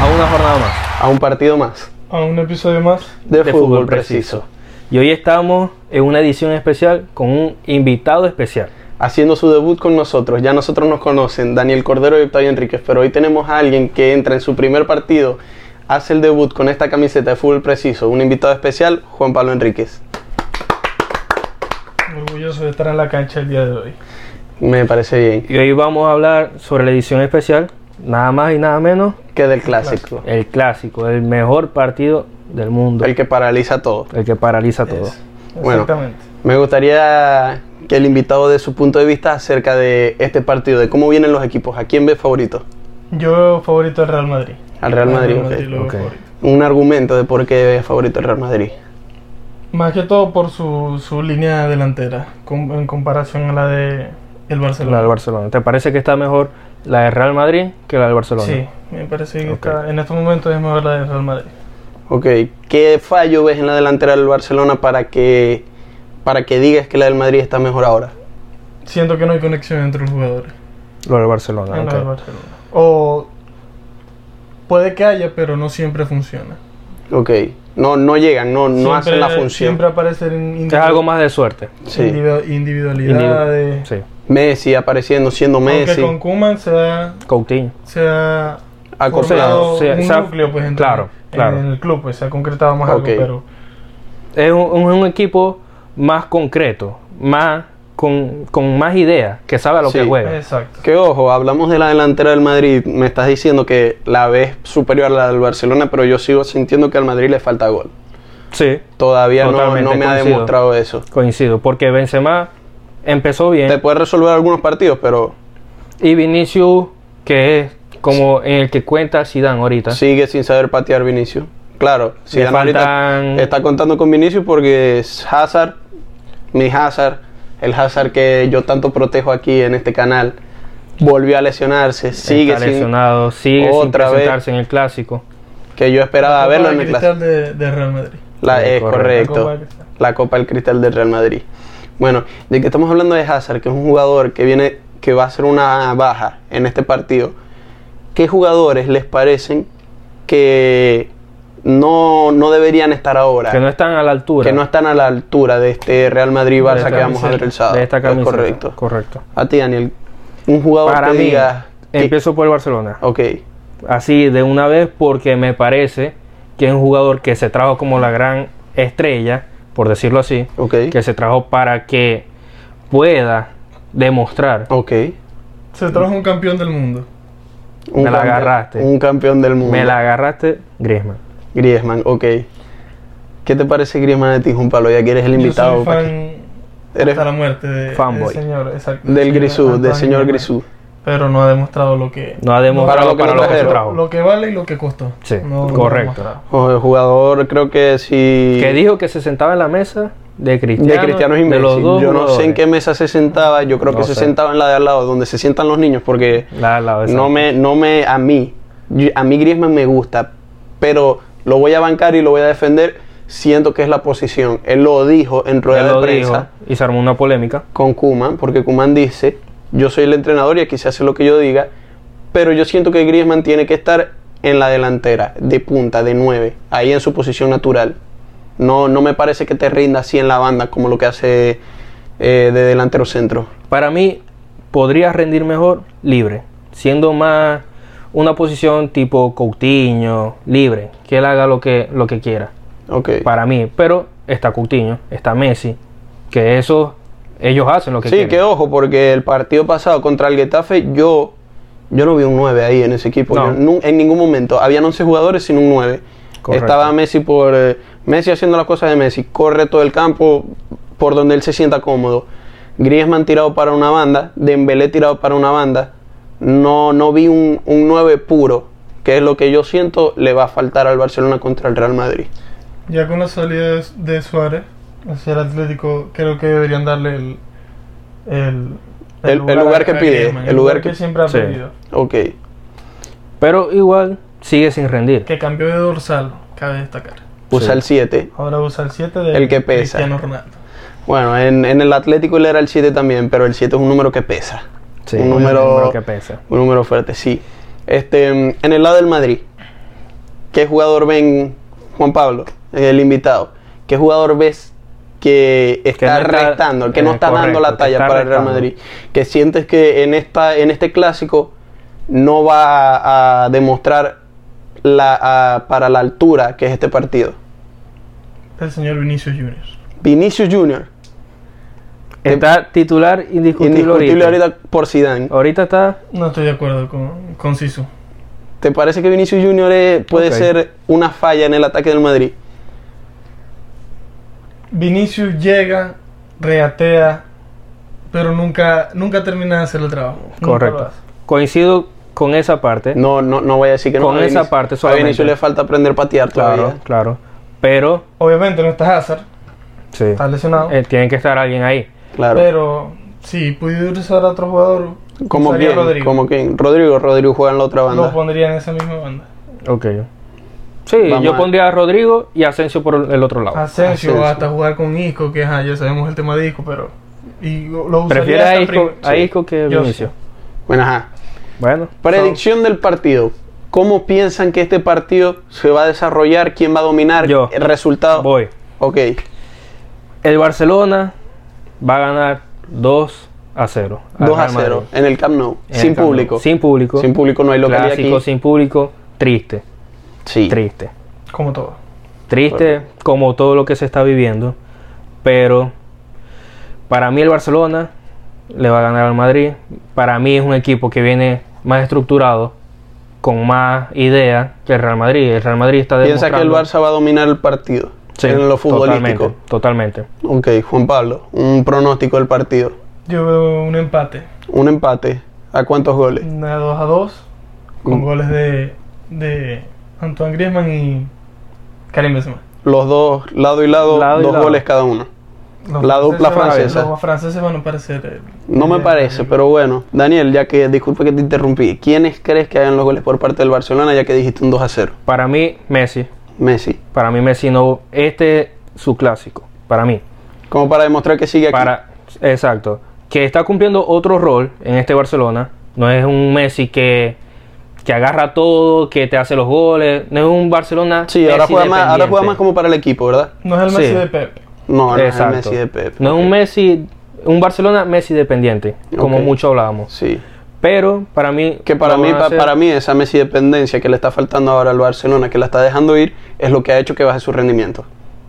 a una jornada más, a un partido más, a un episodio más de Fútbol Preciso. Y hoy estamos en una edición especial con un invitado especial. Haciendo su debut con nosotros. Ya nosotros nos conocen, Daniel Cordero y Octavio Enríquez, pero hoy tenemos a alguien que entra en su primer partido, hace el debut con esta camiseta de Fútbol Preciso. Un invitado especial, Juan Pablo Enríquez. Orgulloso de estar en la cancha el día de hoy. Me parece bien. Y hoy vamos a hablar sobre la edición especial, nada más y nada menos Que del clásico. el clásico, el mejor partido del mundo, El que paraliza todo. el que paraliza todo. Bueno, Exactamente. me gustaría que el invitado dé su punto de vista acerca de este partido, de cómo vienen los equipos. ¿A quién ves favorito? Yo favorito al Real Madrid. Al Real Madrid, Real ok. Madrid lo veo Ok. favorito. Un argumento de por qué ves favorito el Real Madrid. Más que todo por su línea delantera, en comparación a la de el Barcelona. La del Barcelona. ¿Te parece que está mejor la de Real Madrid que la del Barcelona? Sí, me parece que Ok. en estos momentos es mejor la del Real Madrid. Ok, ¿qué fallo ves en la delantera del Barcelona para que digas que la del Madrid está mejor ahora? Siento que no hay conexión entre los jugadores Lo del Barcelona, en ok. la del Barcelona. O puede que haya, pero no siempre funciona. Ok, no llegan, no hacen la función. Siempre aparecen Es algo más de suerte. Sí. individualidades. Sí. Messi apareciendo, siendo Aunque Messi. con Koeman se ha Coutinho. Acoplado. formado sí, un o sea, núcleo pues, claro. en el club, pues se ha concretado más Ok. algo, pero Es un equipo más concreto, más con más ideas, que sabe a lo Sí. que juega. exacto. Que ojo, hablamos de la delantera del Madrid, me estás diciendo que la ves superior a la del Barcelona, pero yo sigo sintiendo que al Madrid le falta gol. Sí, Todavía no Totalmente me ha coincido. demostrado eso. coincido, porque Benzema empezó Te bien puede resolver algunos partidos, pero y Vinicius, que es como en el que cuenta Zidane ahorita. sigue sin saber patear Vinicius. Claro, Le Zidane ahorita faltan- está contando con Vinicius porque es Hazard, mi Hazard, el Hazard que yo tanto protejo aquí en este canal, volvió a lesionarse, sigue Está sin, lesionado, sigue sin otra vez. presentarse en el clásico. que yo esperaba verlo en el Cristal clásico. de Real Madrid. Es Correcto. correcto, La Copa del Cristal. la Copa del Cristal del Real Madrid. Bueno, de que estamos hablando de Hazard, que es un jugador que va a ser una baja en este partido, ¿qué jugadores les parecen que no deberían estar ahora? Que no están a la altura. Que no están a la altura de este Real Madrid-Barça esta que vamos a ver el sábado. de esta Es camiseta. correcto. Correcto. A ti, Daniel, un jugador Para que mí, diga que- empiezo por el Barcelona. Ok, Así de una vez, porque me parece que es un jugador que se trajo como la gran estrella, por decirlo así, ok, que se trajo para que pueda demostrar. ok. Se trajo un campeón del mundo. Un Me la campeón- agarraste. Un campeón del mundo. Me la agarraste, Griezmann. Griezmann, ok. ¿Qué te parece Griezmann de ti, Juan Pablo? Ya que eres el invitado. Yo soy ¿para fan qué? Eres hasta la muerte fanboy. del señor, exacto, del Grisú, del Antoine señor Griezmann. Grisú. Pero no ha demostrado lo que No ha demostrado Para lo que para lo lo que se trajeron. trajo. lo que vale y lo que costó. Sí, No lo ha correcto. demostrado. El jugador creo que sí. Que dijo que se sentaba en la mesa de Cristiano, de Cristiano y de los Messi. dos Yo no sé en jugadores. qué mesa se sentaba. Yo creo No que se sé. sentaba en la de al lado, donde se sientan los niños, porque a mí Griezmann me gusta, pero lo voy a bancar y lo voy a defender. Siento que es la posición. Él lo dijo en rueda Él de lo prensa dijo y se armó una polémica. con Koeman, porque Koeman dice: yo soy el entrenador y aquí se hace lo que yo diga, pero yo siento que Griezmann tiene que estar en la delantera, de punta, de 9, ahí en su posición natural. No me parece que te rinda así en la banda como lo que hace de delantero centro. Para mí, podría rendir mejor libre, siendo más una posición tipo Coutinho, libre, que él haga lo que quiera. Ok. Para mí, pero está Coutinho, está Messi, que ellos hacen lo que Sí, quieren. que ojo, porque el partido pasado contra el Getafe, yo no vi un 9 ahí en ese equipo. No. Yo en ningún momento. Habían 11 jugadores sin un 9. Correcto. Estaba Messi Messi haciendo las cosas de Messi. Corre todo el campo por donde él se sienta cómodo. Griezmann tirado para una banda. Dembélé tirado para una banda. No vi un 9 puro, que es lo que yo siento le va a faltar al Barcelona contra el Real Madrid. Ya con la salida de Suárez hacia el Atlético, creo que deberían darle el lugar que a pide, Griezmann, el lugar que- siempre ha Sí. pedido. Ok. Pero igual sigue sin rendir. Que cambió de dorsal, cabe destacar. Usa Sí. el 7. Ahora usa el 7 de El que pesa. Cristiano Ronaldo. Bueno, en el Atlético él era el 7 también, pero el 7 es un número que pesa. Sí, un número que pesa. Un número fuerte, sí. En el lado del Madrid, ¿qué jugador ven, Juan Pablo, el invitado? ¿Qué jugador ves que está restando, que no está dando la talla para el Real Madrid? Que sientes que en este clásico no va a demostrar para la altura que es este partido. El señor Vinicius Junior. Vinicius Junior. Está titular indiscutible ahorita por Zidane. Ahorita está... No estoy de acuerdo con Sisu. ¿Te parece que Vinicius Junior puede ser una falla en el ataque del Madrid? Vinicius llega, regatea, pero nunca termina de hacer el trabajo. Correcto. Coincido con esa parte. No voy a decir que no. Con esa parte solamente. A Vinicius le falta aprender a patear todavía. Claro. Pero... Obviamente no está Hazard. Sí. Está lesionado. Tiene que estar alguien ahí. Claro. Pero si pudiera usar a otro jugador, ¿Como quién? Rodrigo. ¿Como quién? Rodrigo juega en la otra banda. Lo pondría en esa misma banda. Ok. Sí, yo pondría a Rodrigo y a Asensio por el otro lado. Asensio hasta jugar con Isco, que ya sabemos el tema de Isco, pero... ¿Prefieres a Isco que Vinicius? Bueno, ajá. Bueno. Predicción del partido. ¿Cómo piensan que este partido se va a desarrollar? ¿Quién va a dominar? Yo. ¿El resultado? Voy. Ok. El Barcelona va a ganar 2-0. 2-0 en el Camp Nou. Sin público. Sin público. Sin público, no hay localidad Clásico, aquí. sin público. Triste. Sí. Triste. Como todo. Triste como todo lo que se está viviendo. Pero para mí el Barcelona le va a ganar al Madrid. Para mí es un equipo que viene más estructurado, con más ideas que el Real Madrid. El Real Madrid está demostrando... ¿Piensa que el Barça va a dominar el partido? Sí, en lo futbolístico. Totalmente. Ok, Juan Pablo, un pronóstico del partido. Yo veo un empate. Un empate. ¿A cuántos goles? Una 2-2. Con goles de Antoine Griezmann y Karim Benzema. Los dos, lado y lado, dos goles cada uno. La dupla francesa. Los franceses van a parecer... No me parece, pero bueno. Daniel, ya que, disculpe que te interrumpí, ¿quiénes crees que hagan los goles por parte del Barcelona, ya que dijiste un 2-0? Para mí, Messi. Para mí Messi no... Este es su clásico. Para mí. Como para demostrar que sigue aquí. Exacto. Que está cumpliendo otro rol en este Barcelona. No es un Messi que agarra todo, que te hace los goles. No es un Barcelona... Sí, ahora juega más como para el equipo, ¿verdad? No es el Messi de Pep. No es el Messi de Pep. No es un Messi... Un Barcelona Messi dependiente. Como mucho hablábamos. Sí. Pero para mí... Que para mí esa Messi dependencia que le está faltando ahora al Barcelona, que la está dejando ir, es lo que ha hecho que baje su rendimiento.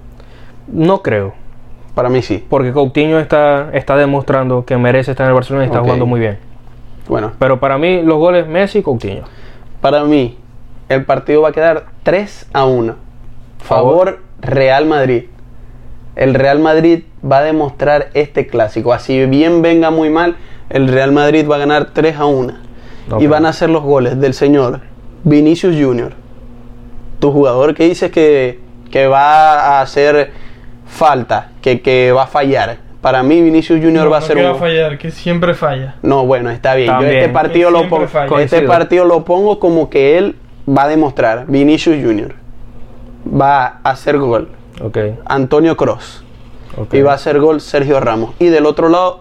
No creo. Para mí sí. Porque Coutinho está demostrando que merece estar en el Barcelona y está jugando muy bien. Bueno. Pero para mí los goles Messi y Coutinho. Para mí el partido va a quedar 3-1. Favor Real Madrid. El Real Madrid va a demostrar este clásico. Así bien venga muy mal, el Real Madrid va a ganar 3-1. Okay. Y van a ser los goles del señor Vinicius Junior. Tu jugador que dices que va a hacer falta, que va a fallar. Para mí Vinicius Junior va a ser que va a fallar, que siempre falla. No, bueno, está bien. También. Yo este partido lo pongo como que él va a demostrar. Vinicius Junior va a hacer gol. Okay. Antonio Kroos. Y va a hacer gol Sergio Ramos. Y del otro lado,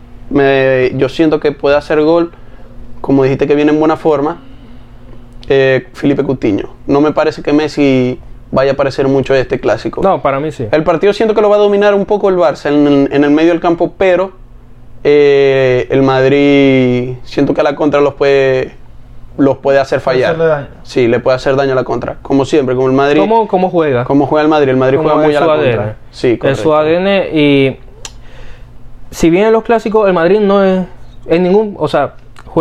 yo siento que puede hacer gol, como dijiste que viene en buena forma, Felipe Coutinho. No me parece que Messi vaya a aparecer mucho en este clásico. No, para mí sí. El partido siento que lo va a dominar un poco el Barça en el medio del campo, pero el Madrid siento que a la contra los puede hacer fallar. Daño. Sí, le puede hacer daño a la contra. Como siempre, como el Madrid. ¿Cómo juega? ¿Cómo juega el Madrid? El Madrid juega muy a la contra. Sí, correcto. Es su ADN y si bien en los clásicos el Madrid no es en ningún, o sea,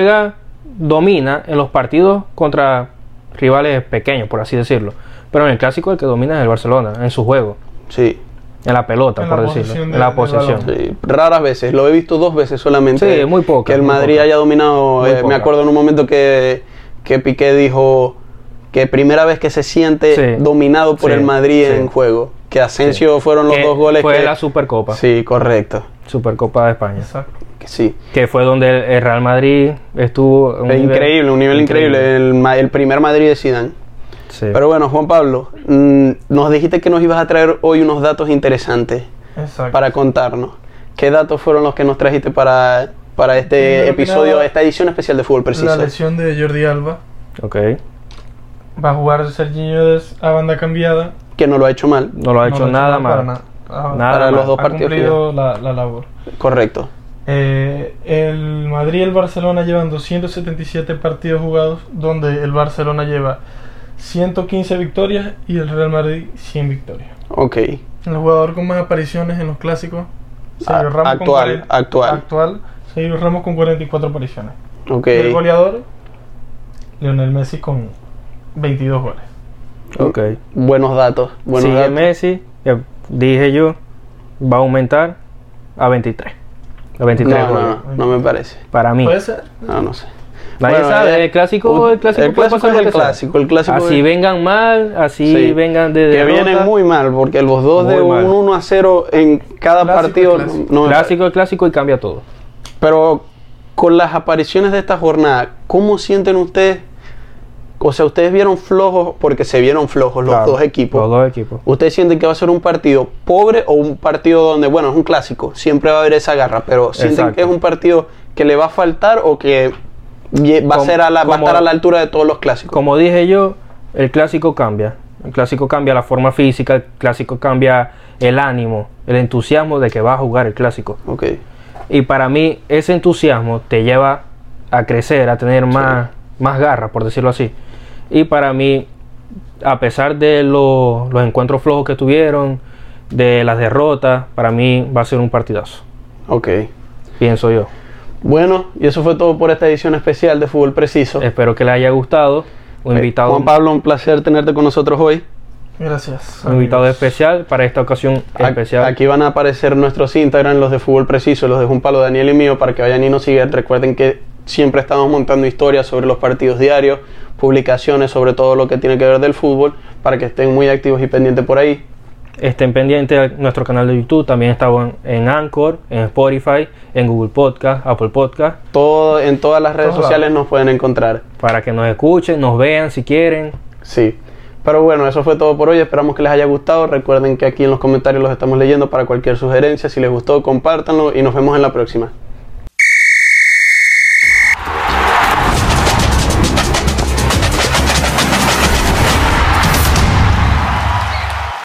domina en los partidos contra rivales pequeños, por así decirlo. Pero en el clásico el que domina es el Barcelona, en su juego. Sí. En la pelota, por decirlo. En la posesión. Sí, raras veces, lo he visto 2 veces solamente. Sí, muy poco. Que el Madrid haya dominado. Me acuerdo en un momento que Piqué dijo que primera vez que se siente dominado por el Madrid en juego. Que Asensio fueron los 2 goles. Fue la Supercopa. Sí, correcto. Supercopa de España. Exacto. Sí. Que fue donde el Real Madrid estuvo un nivel increíble. El primer Madrid de Zidane. Sí. Pero bueno, Juan Pablo, nos dijiste que nos ibas a traer hoy unos datos interesantes para contarnos. ¿Qué datos fueron los que nos trajiste para este episodio, esta edición especial de Fútbol Preciso? La lesión de Jordi Alba. Ok. Va a jugar Serginho Dest a banda cambiada. Que no lo ha hecho mal. No lo ha hecho No lo nada para mal. nada. Nada Para los mal. dos Ha partidos. cumplido la labor. Correcto. El Madrid y el Barcelona llevan 277 partidos jugados, donde el Barcelona lleva 115 victorias y el Real Madrid 100 victorias. Ok. El jugador con más apariciones en los clásicos, Sergio Ramos Actual. Sergio Ramos con 44 apariciones. Ok. Y el goleador, Lionel Messi con 22 goles. Ok. Buenos datos. Buenos Sigue datos. Messi, que dije yo, va a aumentar a 23. A 23 goles. No me parece. Para mí. Puede ser. No sé. Nadie Bueno, sabe. El clásico puede pasar es lo el que sea. clásico. El clásico Así es- vengan mal, así Sí. vengan de que derrota. vienen muy mal, porque los dos Muy de mal. un 1-0 en cada Clásico partido. y clásico. No me Clásico es clásico y cambia todo. parece. Pero con las apariciones de esta jornada, ¿cómo sienten ustedes? O sea, ustedes vieron flojos, porque se vieron flojos los Claro, dos equipos. Los dos equipos. ¿Ustedes sienten que va a ser un partido pobre o un partido donde, bueno, es un clásico, siempre va a haber esa garra, pero sienten Exacto. que es un partido que le va a faltar o que va a Como- ser va a como- estar a la altura de todos los clásicos? Como dije yo, el clásico cambia. El clásico cambia la forma física, el clásico cambia el ánimo, el entusiasmo de que va a jugar el clásico. Ok. Y para mí ese entusiasmo te lleva a crecer, a tener más garra, por decirlo así. Y para mí, a pesar de los encuentros flojos que tuvieron, de las derrotas, para mí va a ser un partidazo, Ok. pienso yo. Bueno, y eso fue todo por esta edición especial de Fútbol Preciso. Espero que les haya gustado. Un invitado, Juan Pablo, un placer tenerte con nosotros hoy. Gracias. un invitado amigos. especial para esta ocasión especial. Aquí van a aparecer nuestros Instagram, los de Fútbol Preciso, los de Juan Pablo, Daniel y mío, para que vayan y nos sigan. Recuerden que siempre estamos montando historias sobre los partidos diarios, publicaciones sobre todo lo que tiene que ver del fútbol, para que estén muy activos y pendientes por ahí. Estén pendientes a nuestro canal de YouTube. También estamos en Anchor, en Spotify, en Google Podcast, Apple Podcast, Todo, en todas las redes Todos sociales nos pueden encontrar. para que nos escuchen, nos vean si quieren. Sí. Pero bueno, eso fue todo por hoy. Esperamos que les haya gustado. Recuerden que aquí en los comentarios los estamos leyendo para cualquier sugerencia. Si les gustó, compártanlo y nos vemos en la próxima.